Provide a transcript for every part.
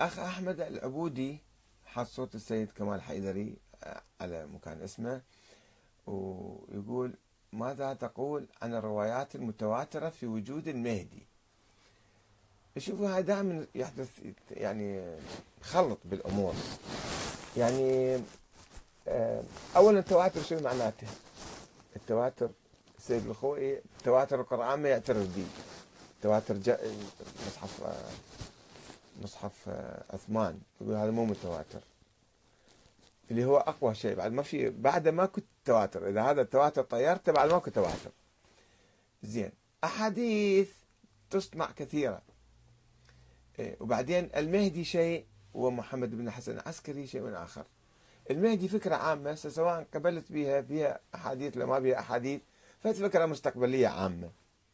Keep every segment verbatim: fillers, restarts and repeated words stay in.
الأخ أحمد العبودي حط صوت السيد كمال حيدري على مكان اسمه، ويقول: ماذا تقول عن الروايات المتواترة في وجود المهدي؟ شوفوا، هذا دائما يحدث يعني خلط بالأمور. يعني أولا التواتر شو معناته؟ التواتر السيد الخوئي تواتر القرآن ما يعترف به. تواتر مصحف مصحف عثمان يقول هذا مو متواتر، اللي هو اقوى شيء. بعد ما في بعد ماكو تواتر، اذا هذا التواتر طيرته بعد ماكو تواتر. زين، احاديث تصنع كثيره. إيه، وبعدين المهدي شيء ومحمد بن الحسن العسكري شيء اخر. المهدي فكره عامه، سواء قبلت بها بها احاديث لو ما بها احاديث، فهي فكره مستقبليه عامه،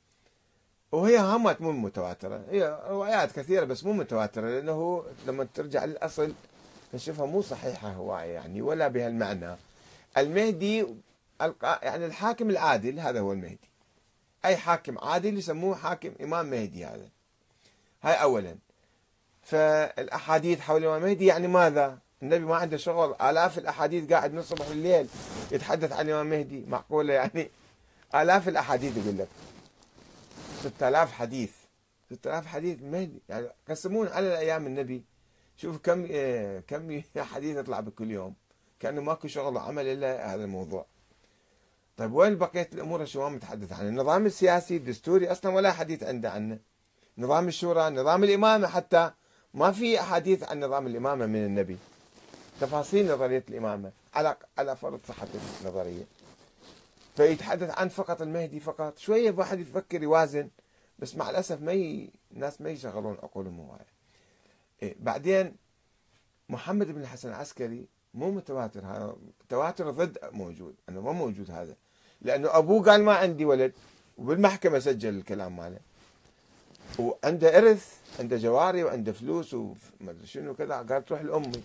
وهي همت مو متواتره، هي روايات كثيره بس مو متواتره، لانه لما ترجع للاصل نشوفها مو صحيحة هواية يعني، ولا بهالمعنى. المهدي يعني الحاكم العادل، هذا هو المهدي. أي حاكم عادل يسموه حاكم إمام مهدي. هذا هاي أولا. فالأحاديث حول الإمام المهدي يعني ماذا؟ النبي ما عنده شغل؟ آلاف الأحاديث قاعد من الصبح لليل يتحدث عن الإمام المهدي، معقولة يعني؟ آلاف الأحاديث يقول لك ستة آلاف حديث، ستة آلاف حديث المهدي يعني قسمون على الأيام النبي. شوف كم إيه كم حديث يطلع بكل يوم، كأنه ماكو شغل وعمل إلا هذا الموضوع. طيب وين بقية الأمور شو ما متحدث عنه؟ النظام السياسي الدستوري أصلا ولا حديث عنده عنه. نظام الشورى، نظام الإمامة، حتى ما في أحاديث عن نظام الإمامة من النبي. تفاصيل نظرية الإمامة على على فرض صحة النظرية، فيتحدث عن فقط المهدي فقط. شوية واحد يفكر يوازن، بس مع الأسف ما ي... الناس ما يشغلون عقولهم هواية. إيه بعدين محمد بن الحسن العسكري مو متواتر، هذا تواتر ضد موجود، انه ما موجود هذا، لانه ابوه قال ما عندي ولد، وبالمحكمه سجل الكلام ماله، وعنده ارث، عنده جواري وعنده فلوس وما ادري شنو كذا، قال تروح لامي،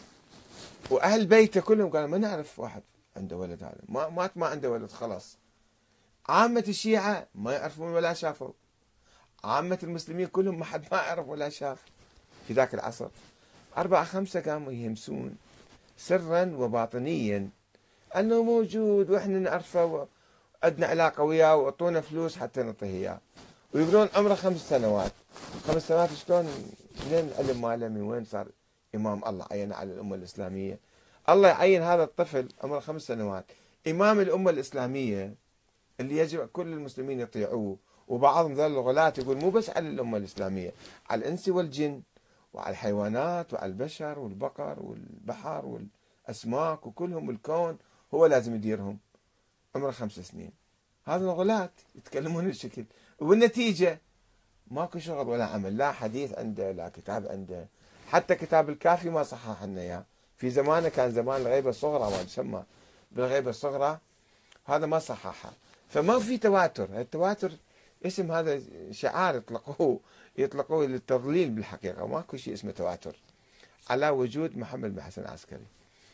واهل بيته كلهم قالوا ما نعرف واحد عنده ولد، هذا ما مات ما عنده ولد خلاص. عامه الشيعه ما يعرفون ولا شافوا، عامه المسلمين كلهم ما حد ما يعرف ولا شاف في ذاك العصر. أربعة خمسة قاموا يهمسون سرا وباطنيا أنه موجود وإحنا نعرفه وعندنا علاقة وياه وأعطونا فلوس حتى نعطيه إياه، ويقولون عمره خمس سنوات. خمس سنوات شلون؟ منين العلم ماله؟ من وين صار إمام؟ الله عين على الأمة الإسلامية، الله يعين هذا الطفل عمره خمس سنوات إمام الأمة الإسلامية اللي يجب كل المسلمين يطيعوه. وبعضهم ذول الغلاة يقول مو بس على الأمة الإسلامية، على الإنس والجن وعلى الحيوانات وعلى البشر والبقر والبحر والأسماك وكلهم الكون هو لازم يديرهم. عمره خمس سنين. هذا الغلاة يتكلمون الشكل، والنتيجة ماكو شغل ولا عمل، لا حديث عنده لا كتاب عنده. حتى كتاب الكافي ما صحح لنا اياه، في زمانه كان زمان الغيبة الصغرى ما تسمى بالغيبة الصغرى، هذا ما صححها. فما في تواتر. التواتر اسم هذا شعار يطلقوه يطلقوه للتضليل بالحقيقة، ماكو شيء اسمه تواتر على وجود محمد بن حسن العسكري.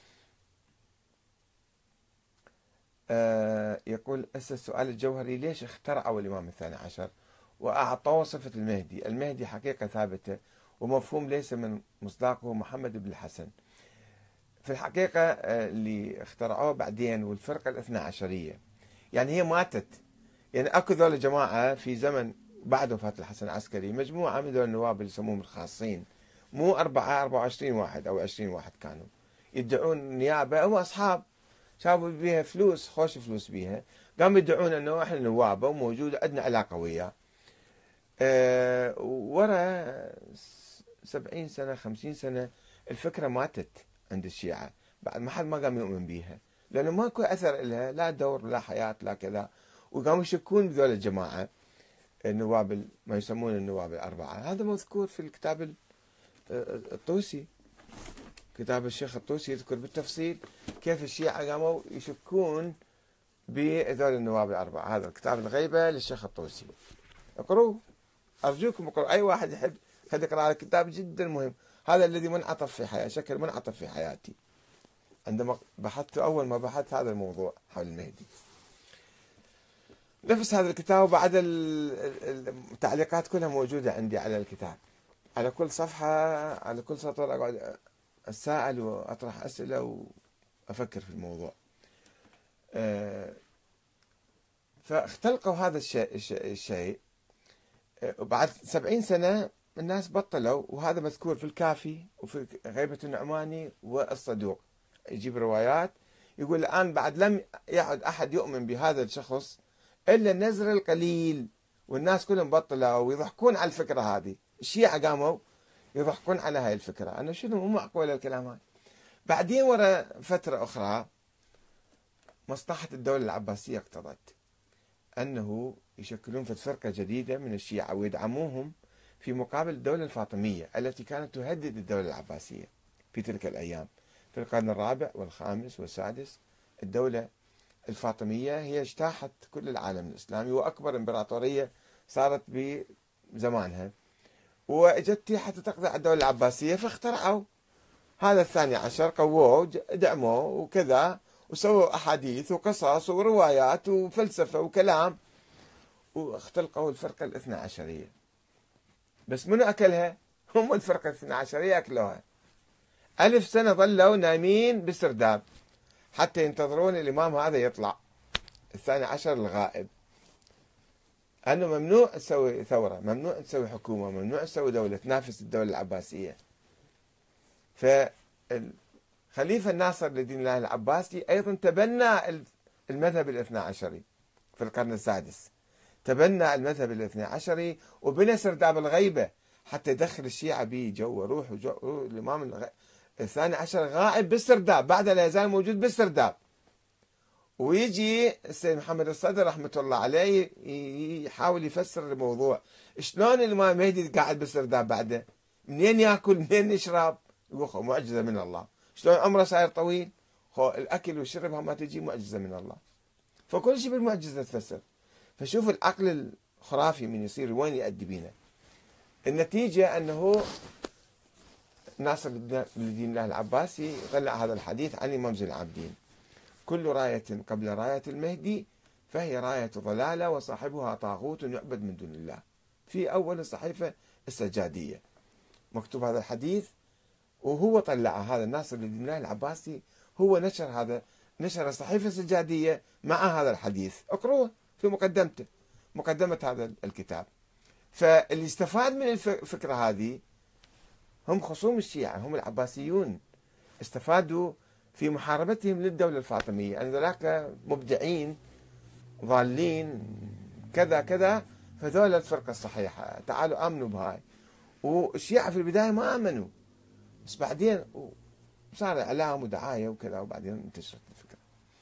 آه يقول هسه السؤال الجوهري: ليش اخترعوا الإمام الثاني عشر وأعطوه صفة المهدي؟ المهدي حقيقة ثابتة ومفهوم ليس من مصداقه محمد بن الحسن. في الحقيقة آه اللي اخترعوه بعدين والفرقة الاثنى عشرية، يعني هي ماتت. يعني اكو ذول جماعة في زمن بعد وفاة الحسن العسكري، مجموعة من ذول النواب اللي يسموهم الخاصين، مو أربعة أربعة وعشرين واحد أو عشرين واحد كانوا يدعون نيابة، هم أصحاب شافوا بيها فلوس، خوش فلوس بيها، قاموا يدعون أنه إحنا نوابة وموجود عندنا علاقة وياه. أه ورا سبعين سنة خمسين سنة الفكرة ماتت عند الشيعة، بعد ما حد ما قام يؤمن بيها، لأنه ماكو أثر لها، لا دور لا حياة لا كذا، وقاموا يشكون بذول الجماعة النواب ما يسمون النواب الأربعة. هذا مذكور في الكتاب الطوسي، كتاب الشيخ الطوسي يذكر بالتفصيل كيف الشيعة قاموا يشكون بذول النواب الأربعة. هذا الكتاب الغيبة للشيخ الطوسي، اقروه أرجوكم اقرأوا، أي واحد يحب خلي يقرأ هذا الكتاب جدا مهم. هذا الذي منعطف في حياتي، شكل منعطف في حياتي عندما بحثت، أول ما بحثت هذا الموضوع حول المهدي. نفس هذا الكتاب وبعد التعليقات كلها موجودة عندي على الكتاب. على كل صفحة، على كل سطر أقعد أتساءل وأطرح أسئلة وأفكر في الموضوع. أه فاختلقوا هذا الشيء, الشيء وبعد سبعين سنة الناس بطلوا، وهذا مذكور في الكافي وفي غيبة النعماني والصدوق. يجيب روايات يقول الآن بعد لم يعد أحد يؤمن بهذا الشخص إلا النزر القليل، والناس كلهم بطلوا ويضحكون على الفكرة هذه. الشيعة قاموا يضحكون على هاي الفكرة، أنا شنو مو معقول الكلام هذا. بعدين ورا فترة أخرى مصلحة الدولة العباسية اقتضت أنه يشكلون في فرقة جديدة من الشيعة ويدعموهم في مقابل الدولة الفاطمية التي كانت تهدد الدولة العباسية في تلك الأيام في القرن الرابع والخامس والسادس. الدولة الفاطمية هي اجتاحت كل العالم الإسلامي وأكبر إمبراطورية صارت بزمانها، وإجت حتى تقضي على الدولة العباسية، فاخترعوا هذا الثاني عشر، قووه دعموه وكذا، وسووا أحاديث وقصص وروايات وفلسفة وكلام، واختلقوا الفرقة الاثنى عشرية. بس منو أكلها؟ هم الفرقة الاثنى عشرية أكلوها. ألف سنة ظلوا نايمين بسرداب حتى ينتظرون الإمام هذا يطلع الثاني عشر الغائب، أنه ممنوع تسوي ثورة، ممنوع تسوي حكومة، ممنوع تسوي دولة تنافس الدولة العباسية. فالخليفة الناصر لدين الله العباسي أيضا تبنى المذهب الاثنى عشري في القرن السادس، تبنى المذهب الاثنى عشري وبنى سرداب الغيبة حتى يدخل الشيعة به جو روح وجو. الإمام الغ... الثاني عشر غائب بالسرداب، بعد لا يزال موجود بالسرداب. ويجي السيد محمد الصدر رحمة الله عليه يحاول يفسر الموضوع، شلون الإمام المهدي قاعد بالسرداب بعده؟ منين ياكل؟ منين يشرب؟ يقول معجزة من الله. شلون عمره صاير طويل؟ خو الأكل والشرب هم تجي معجزة من الله. فكل شيء بالمعجزة تفسر. فشوف العقل الخرافي من يصير وين يؤدي بينا. النتيجة أنه ناصر الدين الله العباسي طلع هذا الحديث عن الإمام زين العابدين: كل راية قبل راية المهدي فهي راية ضلالة وصاحبها طاغوت يعبد من دون الله. في أول الصحيفة السجادية مكتوب هذا الحديث، وهو طلع هذا ناصر الدين الله العباسي، هو نشر هذا، نشر الصحيفة السجادية مع هذا الحديث. اقروه في مقدمته، مقدمة هذا الكتاب. فاللي استفاد من الفكرة هذه هم خصوم الشيعة، هم العباسيون، استفادوا في محاربتهم للدولة الفاطمية أن ذلك مبدعين ضالين كذا كذا، فذول الفرقة الصحيحة، تعالوا آمنوا بهاي. والشيعة في البداية ما آمنوا، بس بعدين صار إعلام ودعاية وكذا، وبعدين انتشرت الفكرة.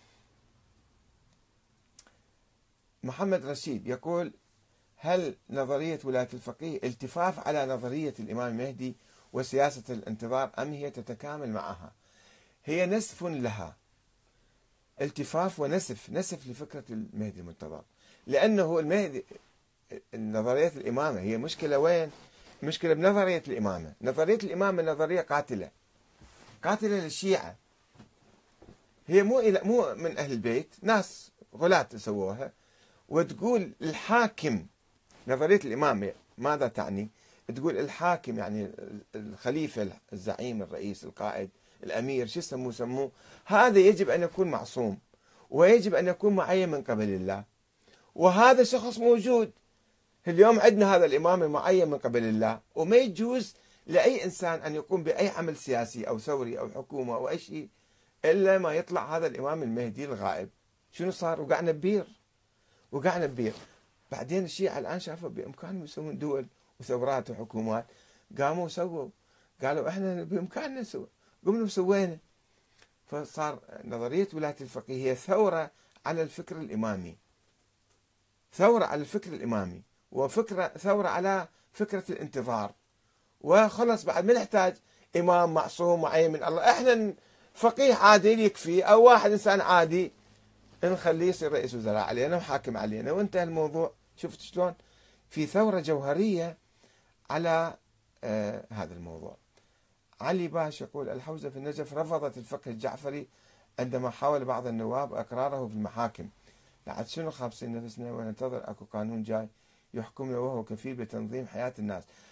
محمد رشيد يقول: هل نظرية ولاية الفقيه التفاف على نظرية الإمام المهدي وسياسة الانتظار، أم هي تتكامل معها؟ هي نسف لها، التفاف ونسف، نسف لفكرة المهدي المنتظر، لأنه المهدي نظرية الإمامة هي مشكلة وين؟ مشكلة بنظرية الإمامة. نظرية الإمامة نظرية قاتلة، قاتلة للشيعة، هي مو مو من أهل البيت، ناس غلاة سووها، وتقول الحاكم. نظرية الإمامة ماذا تعني؟ تقول الحاكم يعني الخليفة، الزعيم، الرئيس، القائد، الأمير، شو يسموه سموه، هذا يجب أن يكون معصوم، ويجب أن يكون معين من قبل الله، وهذا شخص موجود اليوم. عندنا هذا الإمام المعين من قبل الله، وما يجوز لأي إنسان أن يقوم بأي عمل سياسي أو ثوري أو حكومة أو أي شيء إلا ما يطلع هذا الإمام المهدي الغائب. شنو صار؟ وقعنا ببير، وقعنا ببير. بعدين الشيعة الآن شافوا بإمكانهم يسوون دول وثورات وحكومات، قاموا وسووا، قالوا إحنا بإمكاننا نسوي، قمنا وسوينا. فصار نظرية ولاية الفقيه هي ثورة على الفكر الإمامي، ثورة على الفكر الإمامي، وفكرة ثورة على فكرة الانتظار. وخلص بعد ما نحتاج إمام معصوم معين من الله، إحنا فقيه عادل يكفي، أو واحد إنسان عادي نخليه يصير رئيس وزراء علينا وحاكم علينا وانتهى الموضوع. شفت شلون؟ في ثورة جوهرية على آه هذا الموضوع. علي باش يقول: الحوزة في النجف رفضت الفقه الجعفري عندما حاول بعض النواب إقراره في المحاكم. بعد شنو خابصين نفسنا وننتظر أكو قانون جاي يحكمنا وهو كفيل بتنظيم حياة الناس؟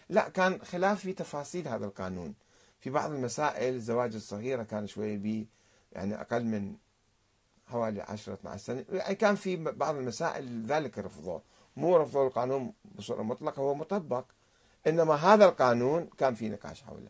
لا، كان خلاف في تفاصيل هذا القانون. في بعض المسائل الزواج الصغيرة كان شوي بي يعني أقل من حوالي عشرة اثني عشر سنة، يعني كان في بعض المسائل ذلك رفضوه، مو رفضوا القانون بصورة مطلقة، هو مطبق، إنما هذا القانون كان في نقاش حوله.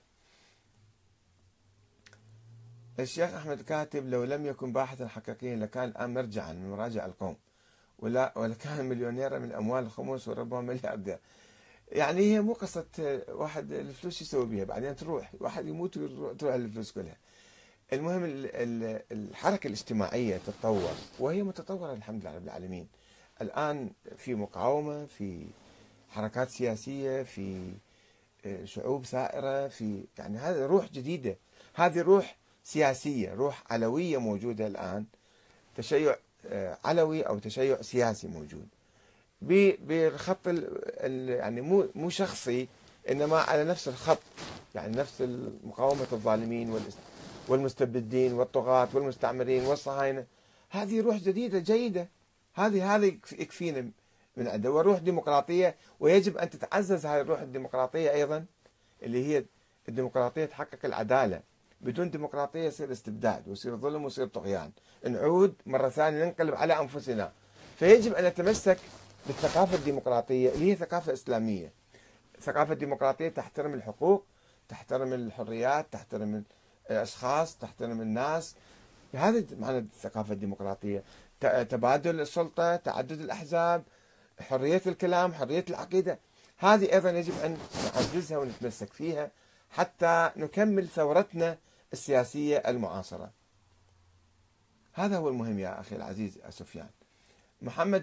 الشيخ أحمد كاتب: لو لم يكن باحثا حقيقيا لكان الآن مرجعا من مراجع القوم، ولا ولكان مليونيرا من أموال الخمس وربما ملياردير. يعني هي مو قصة واحد الفلوس يسوي بها بعدين تروح، واحد يموت وتروح الفلوس كلها. المهم الحركة الاجتماعية تتطور، وهي متطورة الحمد لله رب العالمين. الآن في مقاومة، في حركات سياسية، في شعوب ثائرة، في يعني هذه روح جديدة، هذه روح سياسية، روح علوية موجودة الآن، تشيع علوي أو تشيع سياسي موجود بالخط يعني مو مو شخصي، إنما على نفس الخط، يعني نفس مقاومة الظالمين والمستبدين والطغاة والمستعمرين والصهاينة. هذه روح جديدة جيدة، هذه هذه يكفينا من عنده، وروح ديمقراطية، ويجب أن تتعزز هذه الروح الديمقراطية أيضا، اللي هي الديمقراطية تحقق العدالة. بدون ديمقراطية يصير استبداد ويصير ظلم ويصير طغيان، نعود مرة ثانية ننقلب على أنفسنا. فيجب أن نتمسك بالثقافة الديمقراطية اللي هي ثقافة إسلامية. الثقافة الديمقراطية تحترم الحقوق، تحترم الحريات، تحترم الأشخاص، تحترم الناس. هذا معنى الثقافة الديمقراطية: تبادل السلطة، تعدد الأحزاب، حرية الكلام، حرية العقيدة. هذه أيضا يجب أن نعززها ونتمسك فيها حتى نكمل ثورتنا السياسية المعاصرة. هذا هو المهم يا أخي العزيز سفيان. محمد